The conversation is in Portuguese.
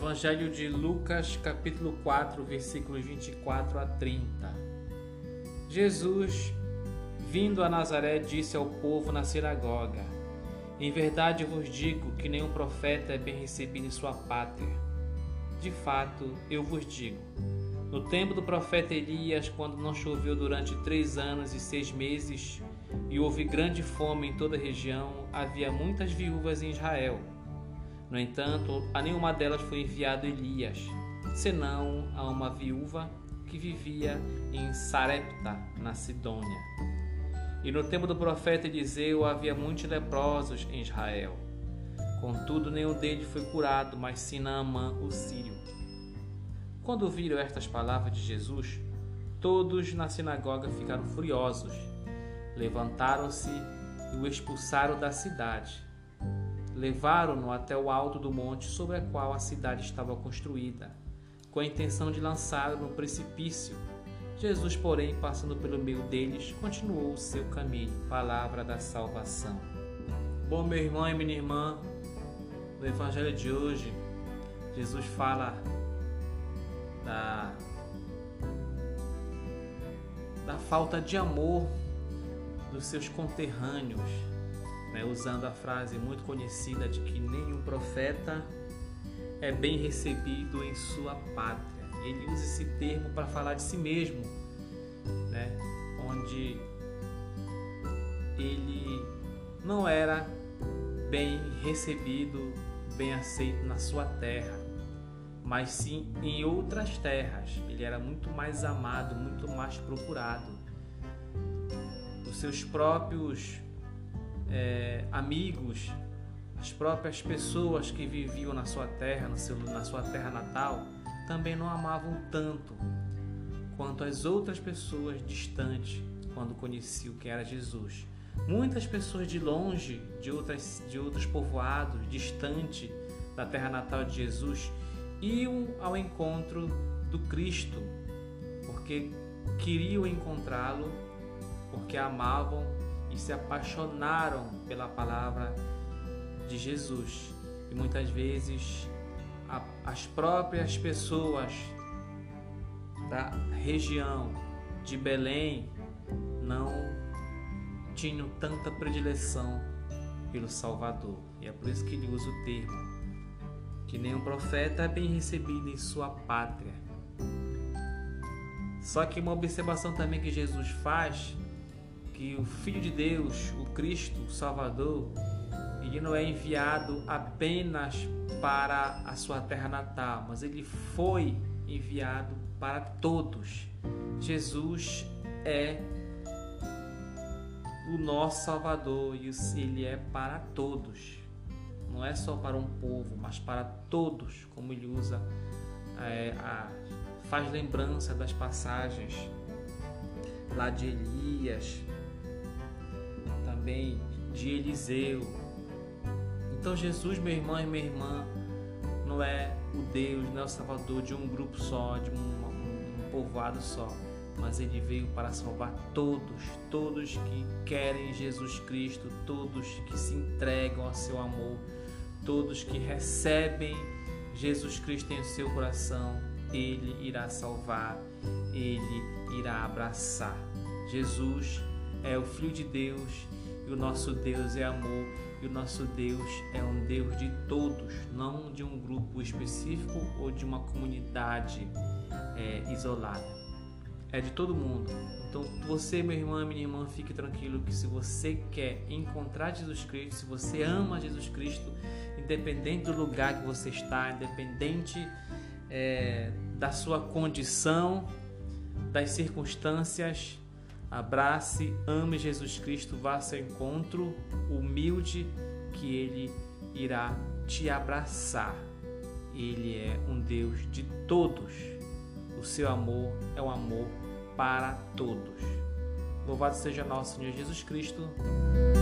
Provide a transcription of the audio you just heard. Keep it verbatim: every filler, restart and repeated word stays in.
Evangelho de Lucas, capítulo quatro, versículos vinte e quatro a trinta. Jesus, vindo a Nazaré, disse ao povo na sinagoga: Em verdade vos digo que nenhum profeta é bem recebido em sua pátria. De fato, eu vos digo, no tempo do profeta Elias, quando não choveu durante três anos e seis meses, e houve grande fome em toda a região, havia muitas viúvas em Israel. No entanto, a nenhuma delas foi enviado Elias, senão a uma viúva que vivia em Sarepta, na Sidônia. E no tempo do profeta Eliseu havia muitos leprosos em Israel. Contudo, nenhum deles foi curado, mas sim Naamã, o sírio. Quando ouviram estas palavras de Jesus, todos na sinagoga ficaram furiosos. Levantaram-se e o expulsaram da cidade. Levaram-no até o alto do monte sobre o qual a cidade estava construída, com a intenção de lançá-lo no precipício. Jesus, porém, passando pelo meio deles, continuou o seu caminho. Palavra da salvação. Bom, meu irmão e minha irmã, no Evangelho de hoje, Jesus fala da, da falta de amor dos seus conterrâneos, né, usando a frase muito conhecida de que nenhum profeta é bem recebido em sua pátria. Ele usa esse termo para falar de si mesmo, né, onde ele não era bem recebido, bem aceito na sua terra, mas sim em outras terras. Ele era muito mais amado, muito mais procurado. Os seus próprios É, amigos, as próprias pessoas que viviam na sua terra, no seu, na sua terra natal, também não amavam tanto quanto as outras pessoas distantes quando conheciam quem era Jesus. Muitas pessoas de longe, de, outras, de outros povoados, distante da terra natal de Jesus, iam ao encontro do Cristo, porque queriam encontrá-lo, porque amavam e se apaixonaram pela palavra de Jesus. E muitas vezes a, as próprias pessoas da região de Belém não tinham tanta predileção pelo Salvador. E é por isso que ele usa o termo, que nenhum profeta é bem recebido em sua pátria. Só que uma observação também que Jesus faz, que o Filho de Deus, o Cristo, o Salvador, ele não é enviado apenas para a sua terra natal, mas ele foi enviado para todos. Jesus é o nosso Salvador e ele é para todos. Não é só para um povo, mas para todos, como ele usa, é, a, faz lembrança das passagens lá de Elias, também de Eliseu. Então Jesus, meu irmão e minha irmã, não é o Deus, não é o Salvador de um grupo só, de um, um, um povoado só, mas ele veio para salvar todos, todos que querem Jesus Cristo, todos que se entregam ao seu amor, todos que recebem Jesus Cristo em seu coração. Ele irá salvar, ele irá abraçar. Jesus é o Filho de Deus e o nosso Deus é amor, e o nosso Deus é um Deus de todos, não de um grupo específico ou de uma comunidade é, isolada. É de todo mundo. Então você, meu irmão e minha irmã, fique tranquilo que se você quer encontrar Jesus Cristo, se você ama Jesus Cristo, independente do lugar que você está, independente é, da sua condição, das circunstâncias, abrace, ame Jesus Cristo, vá ao seu encontro humilde, que Ele irá te abraçar. Ele é um Deus de todos. O seu amor é um amor para todos. Louvado seja nosso Senhor Jesus Cristo.